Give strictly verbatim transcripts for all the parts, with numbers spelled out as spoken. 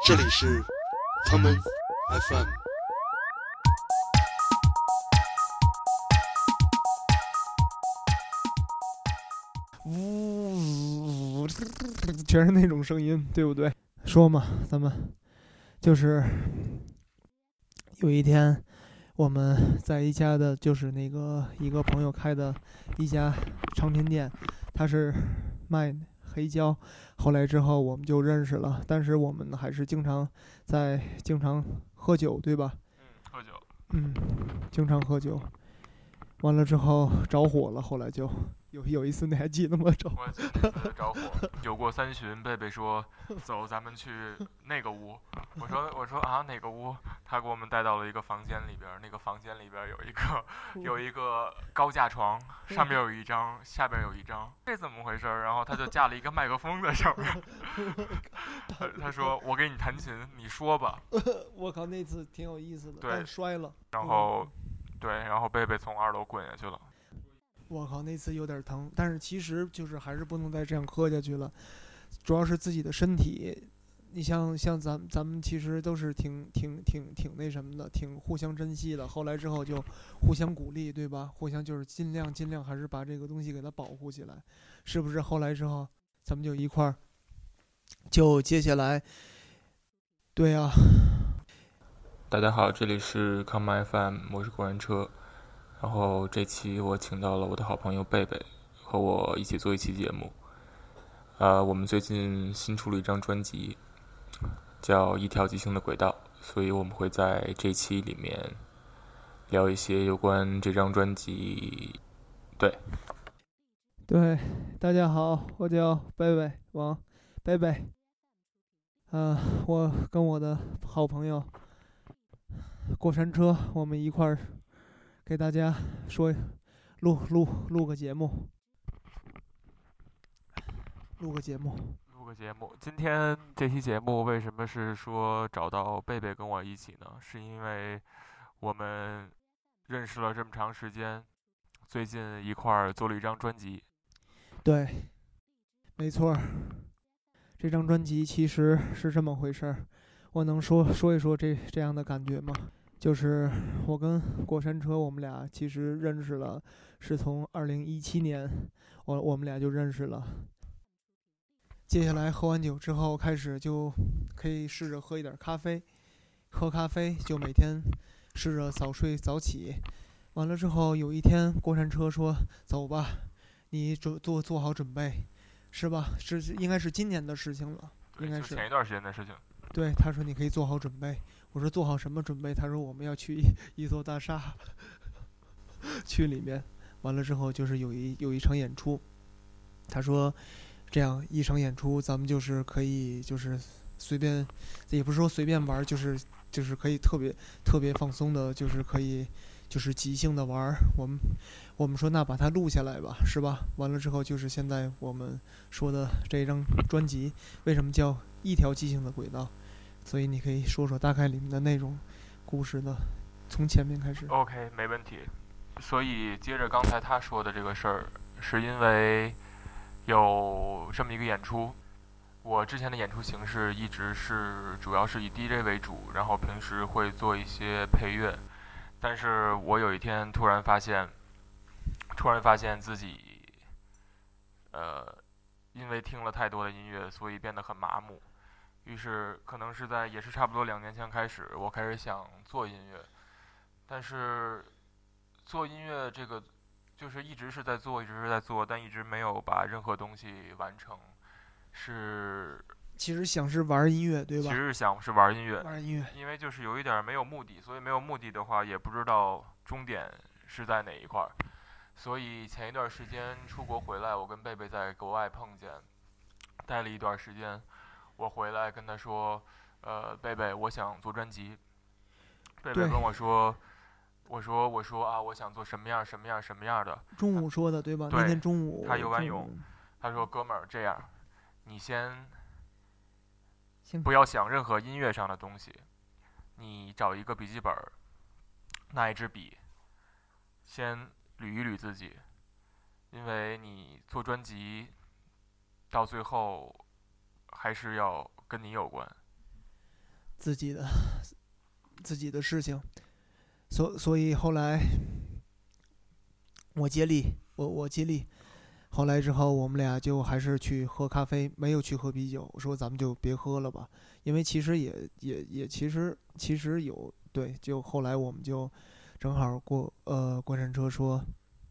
这里是 Common F M。 呜，全是那种声音，对不对？说嘛，咱们就是有一天，我们在一家的，就是那个一个朋友开的一家唱片店，他是卖黑胶。后来之后我们就认识了，但是我们还是经常在经常喝酒，对吧？ 嗯，喝酒。 嗯，经常喝酒。完了之后着火了，后来就有有一次你还记得吗？着我记得那次着火，酒过三巡，贝贝说：“走，咱们去那个屋。”我说：“我说啊，哪个屋？”他给我们带到了一个房间里边，那个房间里边有一个有一个高架床，上面有一张，下边有一张，这怎么回事？然后他就架了一个麦克风在上面。他说：“我给你弹琴，你说吧。” 我靠，那次挺有意思的， 对， 但是摔了。 然后。对，然后贝贝从二楼滚下去了。 我靠，那次有点疼，但是其实就是还是不能再这样喝下去了，主要是自己的身体。你像像咱咱们其实都是挺挺挺挺那什么的，挺互相珍惜的。后来之后就互相鼓励，对吧？互相就是尽量尽量还是把这个东西给它保护起来，是不是？后来之后咱们就一块儿，就接下来，对啊。 大家好，这里是 Come F M， 我是过山车。然后这期我请到了我的好朋友贝贝，和我一起做一期节目。呃，我们最近新出了一张专辑，叫《一条即兴的轨道》，所以我们会在这期里面聊一些有关这张专辑。对， 对，大家好，我叫贝贝王贝贝。呃，我跟我的好朋友过山车，我们一块儿给大家说录录录个节目，录个节目， 录个节目。今天这期节目为什么是说找到贝贝跟我一起呢？是因为我们认识了这么长时间，最近一块儿做了一张专辑。 对，没错。这张专辑其实是这么回事儿，我能说说一说这这样的感觉吗？就是我跟过山车，我们俩其实认识了，是从二零一七年，我我们俩就认识了。接下来喝完酒之后，开始就可以试着喝一点咖啡，喝咖啡就每天试着早睡早起。完了之后，有一天过山车说：“走吧，你准做做好准备，是吧？是应该是今年的事情了，应该是前一段时间的事情。” 对，他说你可以做好准备。我说做好什么准备？他说我们要去一, 一座大厦，去里面。完了之后就是有一有一场演出。他说这样一场演出，咱们就是可以就是随便，也不是说随便玩，就是就是可以特别特别放松的，就是可以就是即兴的玩。我们我们说那把它录下来吧，是吧？完了之后就是现在我们说的这张专辑，为什么叫一条即兴的轨道？所以你可以说说大概里面的内容、故事的，从前面开始。 OK， 没问题。所以接着刚才他说的这个事儿，是因为有这么一个演出。我之前的演出形式一直是主要是以 D J 为主，然后平时会做一些配乐。但是我有一天突然发现，突然发现自己，呃，因为听了太多的音乐，所以变得很麻木。于是可能是在也是差不多两年前开始，我开始想做音乐，但是做音乐这个就是一直是在做，一直是在做，但一直没有把任何东西完成。是， 其实想是玩音乐，对吧？ 其实想是玩音乐， 玩音乐， 因为就是有一点没有目的，所以没有目的的话，也不知道终点是在哪一块儿。所以前一段时间出国回来，我跟贝贝在国外碰见，待了一段时间。我回来跟他说，呃，贝贝，我想做专辑。贝贝跟我说，我说我说啊，我想做什么样什么样什么样的。 中午说的对吧？ 对， 那天中午他游完泳，他说哥们儿，这样，你先不要想任何音乐上的东西，你找一个笔记本，拿一支笔，先捋一捋自己，因为你做专辑到最后还是要跟你有关。 自己的自己的事情，所所以后来我接力，我我接力。后来之后，我们俩就还是去喝咖啡，没有去喝啤酒。我说咱们就别喝了吧，因为其实也也也其实其实有对，就后来我们就正好过呃过山车说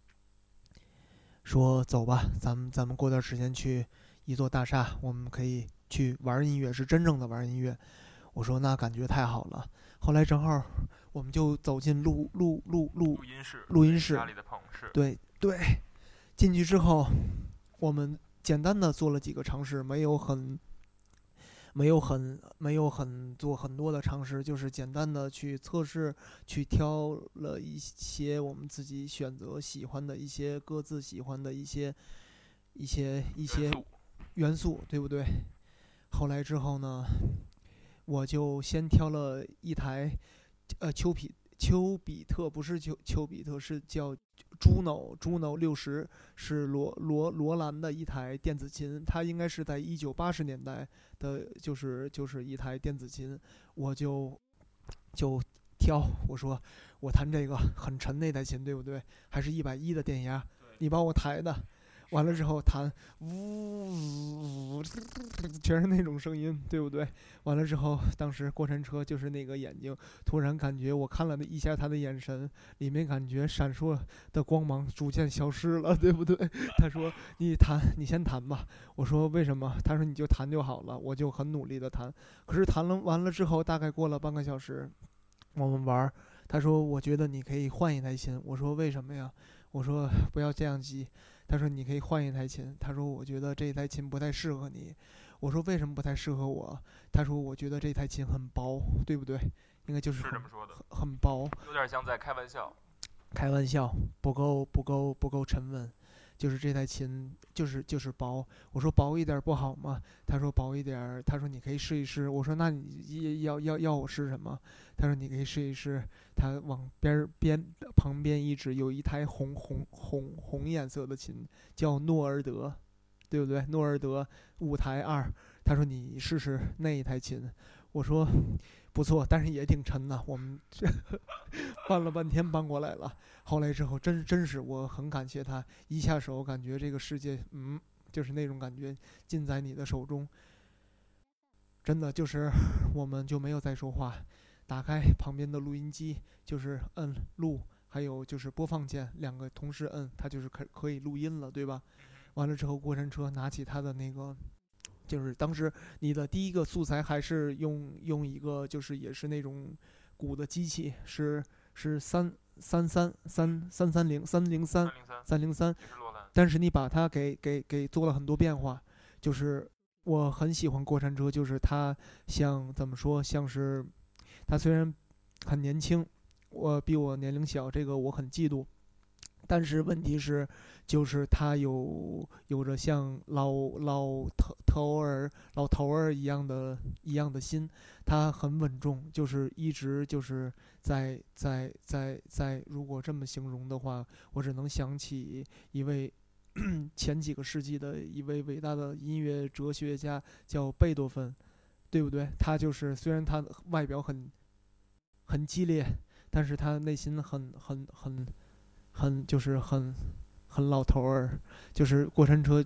说走吧，咱们咱们过段时间去一座大厦，我们可以去玩音乐，是真正的玩音乐。我说那感觉太好了。后来正好我们就走进录录录录录音室， 录音室家里的棚室， 对对。进去之后，我们简单的做了几个尝试，没有很，没有很，没有很做很多的尝试，就是简单的去测试，去挑了一些我们自己选择喜欢的一些各自喜欢的一些一些一些元素，对不对？后来之后呢，我就先挑了一台，呃，丘比丘比特不是丘丘比特，是叫朱诺朱诺六十，是罗罗罗兰的一台电子琴，它应该是在一九八十年代的，就是就是一台电子琴，我就就挑，我说我弹这个很沉那台琴，对不对？还是一百一的电压，你帮我抬的。完了之后弹呜，全是那种声音，对不对？完了之后，当时过山车就是那个眼睛，突然感觉我看了那一下他的眼神，里面感觉闪烁的光芒逐渐消失了，对不对？他说：“你弹，你先弹吧。”我说：“为什么？”他说：“你就弹就好了。”我就很努力的弹，可是弹了完了之后，大概过了半个小时，我们玩，他说：“我觉得你可以换一台琴。”我说：“为什么呀？”我说：“不要这样急。”他说：“你可以换一台琴。”他说：“我觉得这台琴不太适合你。”我说：“为什么不太适合我？”他说：“我觉得这台琴很薄，对不对？应该就是很是这么说的， 很很薄， 有点像在开玩笑。 开玩笑，不够不够不够沉稳，就是这台琴就是就是薄。”我说：“薄一点不好吗？”他说：“薄一点。”他说：“你可以试一试。”我说：“那你要要要我试什么？”他说：“你可以试一试。”他往边边旁边一指，有一台红红红红颜色的琴，叫诺尔德，对不对？诺尔德五台二。他说：“你试试那一台琴。”我说：“不错，但是也挺沉的。”我们这搬了半天搬过来了。后来之后，真真是我很感谢他，一下手感觉这个世界，嗯，就是那种感觉，尽在你的手中。真的就是我们就没有再说话。打开旁边的录音机，就是摁录，还有就是播放键，两个同时摁，它就是可可以录音了，对吧？完了之后，过山车拿起他的那个，就是当时你的第一个素材还是用用一个，就是也是那种鼓的机器，是是三三三三三三零三零三三零三，但是你把它给给给做了很多变化，就是我很喜欢过山车，就是它像怎么说，像是。他虽然很年轻，我比我年龄小，这个我很嫉妒。但是问题是，就是他有有着像老老头头儿老头儿一样的一样的心，他很稳重，就是一直就是在在在在。如果这么形容的话，我只能想起一位前几个世纪的一位伟大的音乐哲学家，叫贝多芬。对不对？他就是虽然他外表很很激烈，但是他内心很很很很就是很很老头儿，就是过山车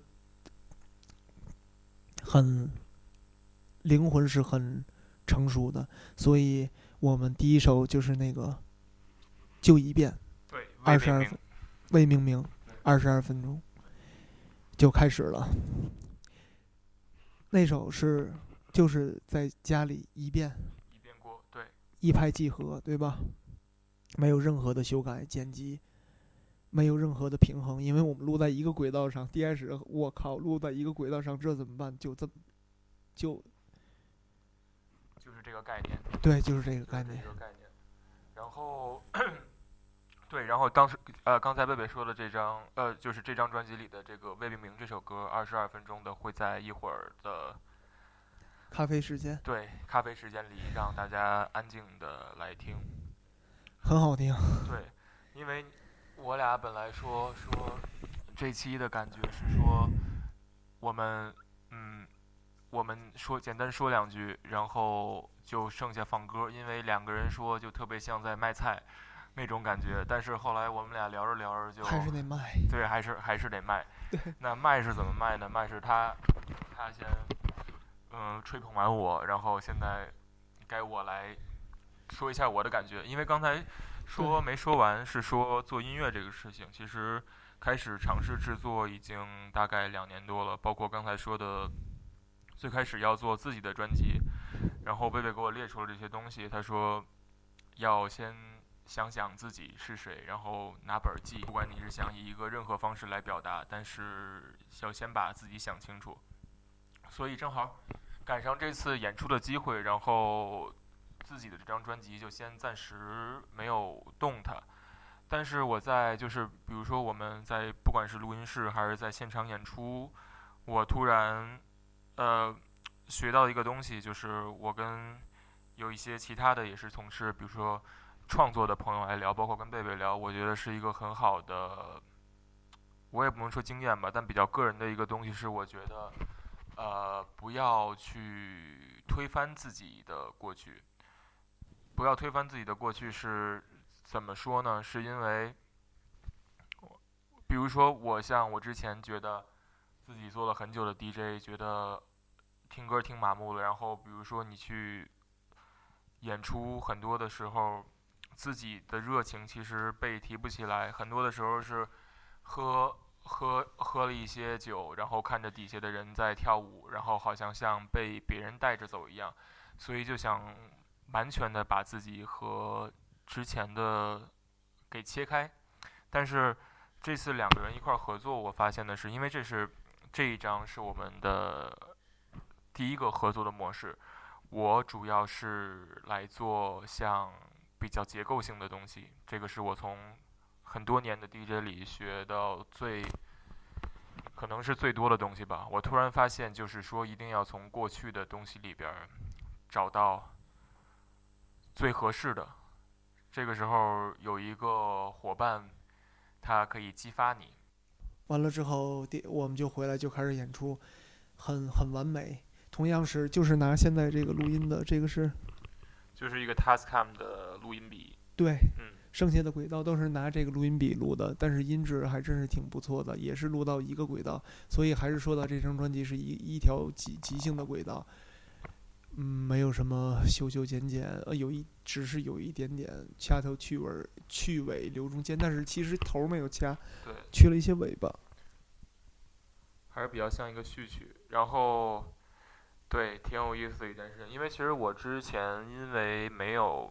很灵魂是很成熟的，所以我们第一首就是那个就一遍， 对， 二十二分未命名，二十二分钟就开始了。那首是。就是在家里一遍一遍过，对， 一拍即合，对吧？没有任何的修改剪辑，没有任何的平衡，因为我们录在一个轨道上。第开始我靠，录在一个轨道上，这怎么办？就这么就就是这个概念， 对，就是这个概念。 这个概念。然后对，然后当时呃，刚才贝贝说的这张呃，就是这张专辑里的这个《未命名》这首歌，二十二分钟的，会在一会儿的。 咖啡时间， 对，咖啡时间里让大家安静的来听， 很好听。 对，因为我俩本来说说这期的感觉是说，我们嗯我们说简单说两句，然后就剩下放歌，因为两个人说就特别像在卖菜那种感觉。但是后来我们俩聊着聊着就还是得卖。 对，还是还是得卖。那卖是怎么卖呢？卖是他他先嗯、呃、吹捧完我，然后现在该我来说一下我的感觉，因为刚才说没说完是说做音乐这个事情，其实开始尝试制作已经大概两年多了，包括刚才说的最开始要做自己的专辑，然后贝贝给我列出了这些东西，他说要先想想自己是谁，然后拿本记，不管你是想以一个任何方式来表达，但是要先把自己想清楚。所以正好赶上这次演出的机会，然后自己的这张专辑就先暂时没有动它。但是我在就是比如说我们在不管是录音室还是在现场演出，我突然呃学到一个东西，就是我跟有一些其他的也是从事比如说创作的朋友来聊，包括跟贝贝聊，我觉得是一个很好的，我也不能说经验吧，但比较个人的一个东西是，我觉得呃不要去推翻自己的过去。不要推翻自己的过去是怎么说呢？是因为，比如说我像我之前觉得自己做了很久的 D J， 觉得听歌听麻木了，然后比如说你去演出，很多的时候自己的热情其实被提不起来，很多的时候是喝喝喝了一些酒，然后看着底下的人在跳舞，然后好像像被别人带着走一样，所以就想完全的把自己和之前的给切开。但是这次两个人一块合作，我发现的是，因为这是这一张是我们的第一个合作的模式，我主要是来做像比较结构性的东西，这个是我从很多年的 D J 里学到最可能是最多的东西吧。我突然发现，就是说一定要从过去的东西里边找到最合适的，这个时候有一个伙伴，他可以激发你。 完了之后，我们就回来就开始演出，很很完美。同样是就是拿现在这个录音的，这个是， 就是一个 Tascam 的录音笔。 对， 嗯， 剩下的轨道都是拿这个录音笔录的，但是音质还真是挺不错的，也是录到一个轨道。所以还是说到这张专辑是一一条即即兴的轨道。嗯，没有什么修修剪剪，呃，有一只是有一点点掐头去尾，去尾留中间，但是其实头没有掐， 对， 去了一些尾巴， 还是比较像一个序曲。然后，对，挺有意思的一件事，因为其实我之前因为没有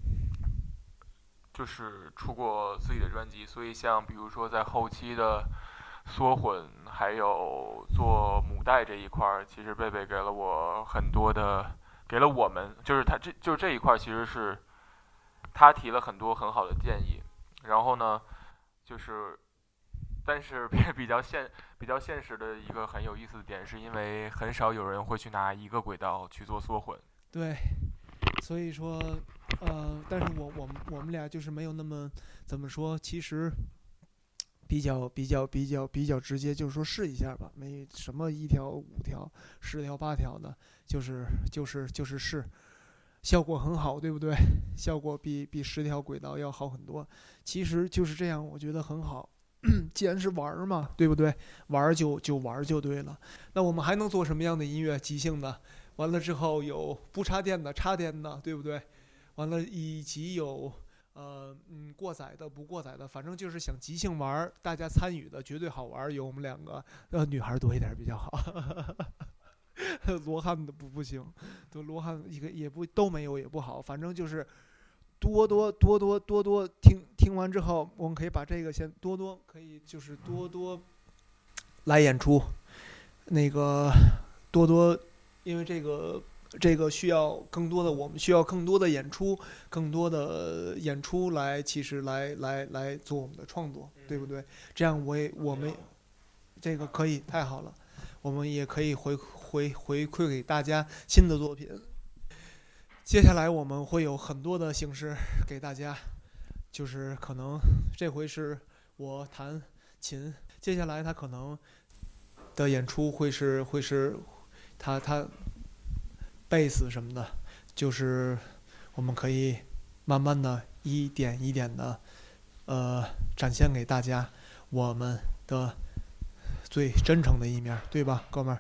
就是出过自己的专辑，所以像比如说在后期的缩混还有做母带这一块，其实贝贝给了我很多的，给了我们，就是他这就是这一块其实是他提了很多很好的建议。然后呢，就是但是比较现比较现实的一个很有意思的点，是因为很少有人会去拿一个轨道去做缩混。 对，所以说呃，但是我我们我们俩就是没有那么怎么说，其实比较比较比较比较直接，就是说试一下吧，没什么一条五条十条八条的，就是就是就是试，效果很好，对不对？效果比比十条轨道要好很多。其实就是这样，我觉得很好。既然是玩嘛，对不对？玩就就玩就对了。那我们还能做什么样的音乐？即兴的，完了之后有不插电的、插电的，对不对？完了以及有呃嗯过载的、不过载的，反正就是想即兴玩，大家参与的绝对好玩。有我们两个，呃，女孩多一点比较好。罗汉的不不行，都罗汉一个也不都没有也不好，反正就是多多多多多多听听完之后，我们可以把这个先多多可以就是多多来演出，那个多多，因为这个这个需要更多的，我们需要更多的演出，更多的演出来其实来来来做我们的创作，对不对？这样我也我们这个可以太好了，我们也可以回回回馈给大家新的作品。接下来我们会有很多的形式给大家，就是可能这回是我弹琴，接下来他可能的演出会是会是他他贝斯什么的，就是我们可以慢慢的一点一点的呃展现给大家我们的最真诚的一面，对吧，哥们儿？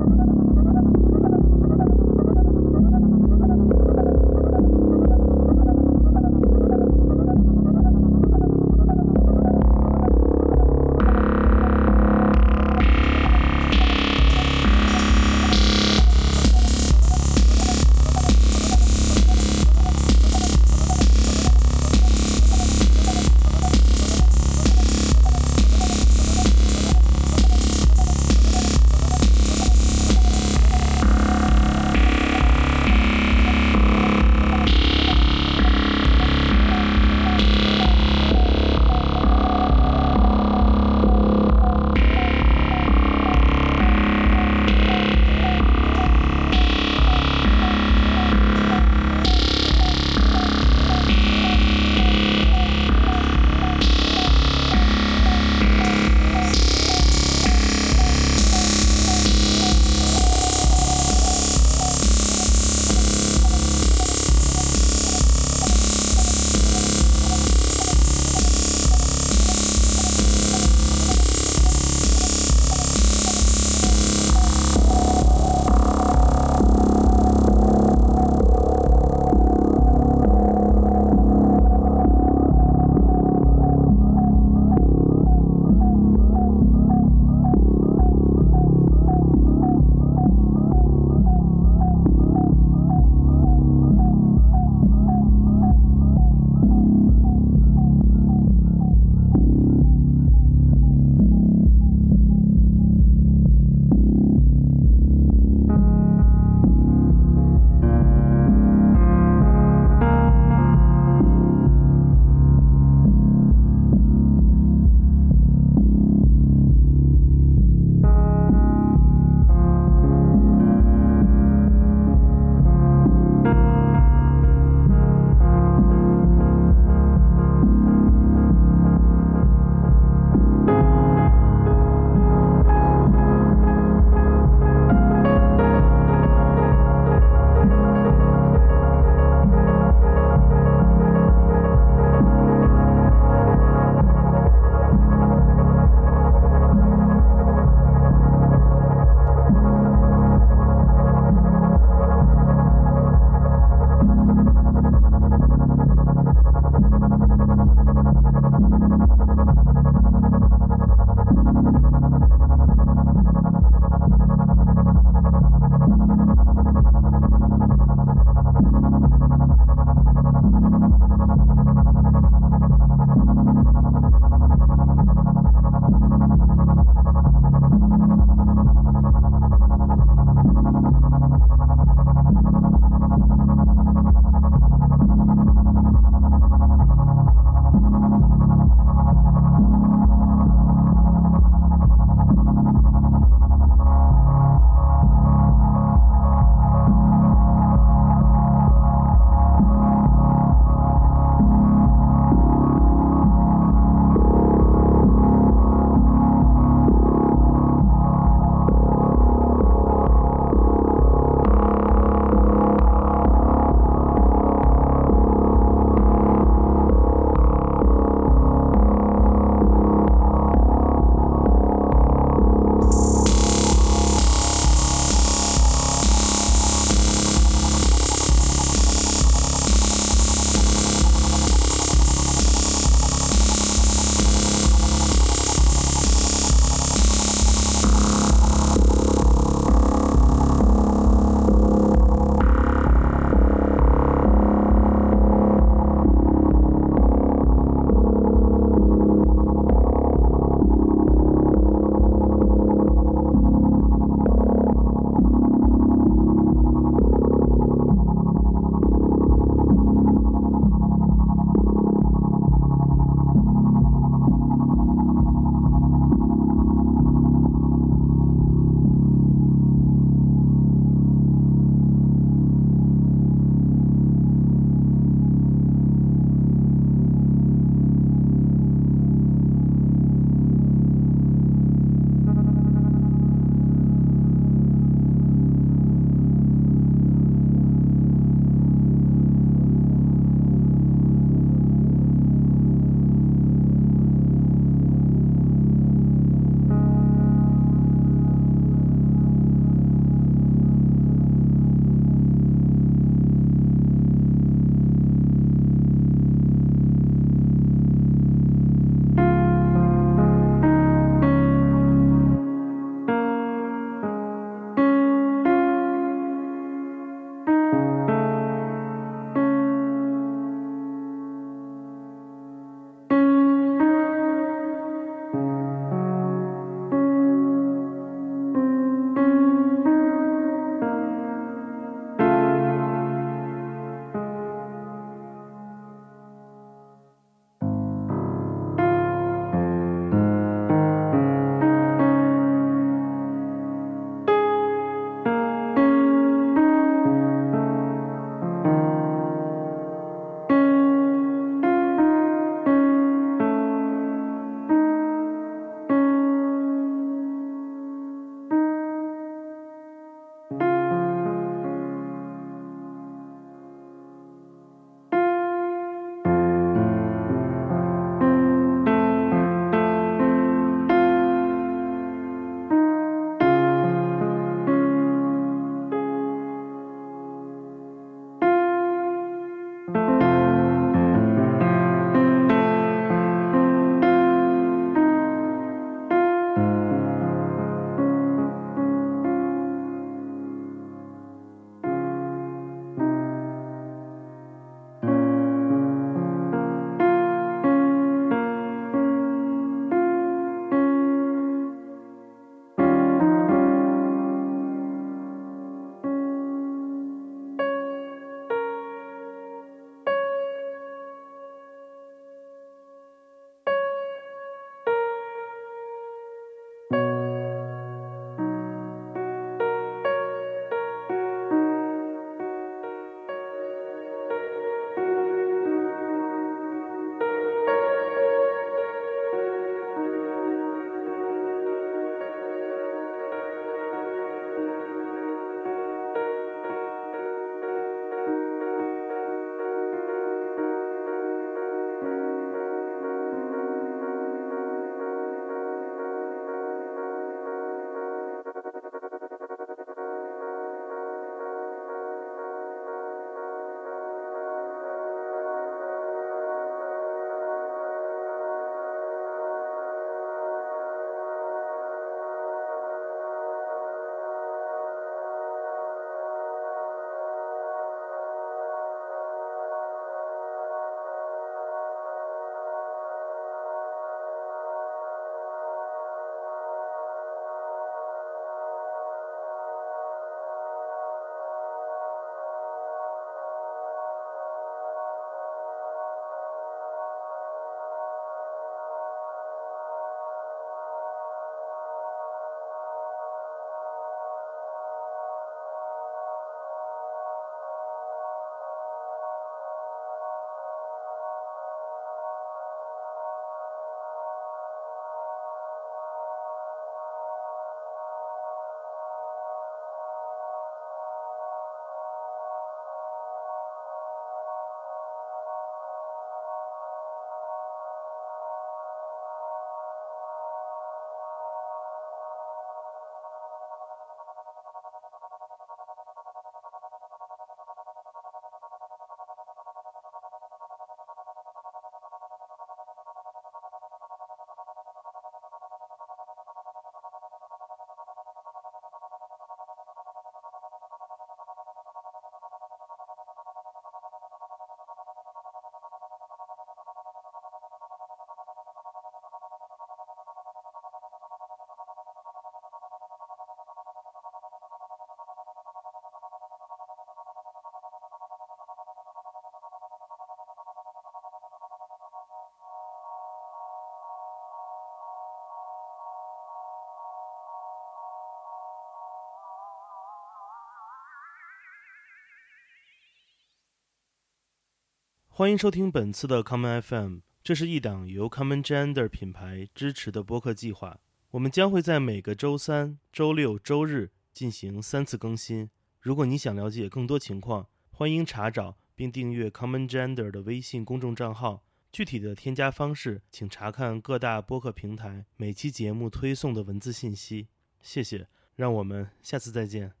欢迎收听本次的 Common F M， 这是一档由 Common Gender 品牌支持的播客计划。我们将会在每个周三、周六、周日进行三次更新。如果你想了解更多情况，欢迎查找并订阅 Common Gender 的微信公众账号。具体的添加方式，请查看各大播客平台每期节目推送的文字信息。谢谢，让我们下次再见。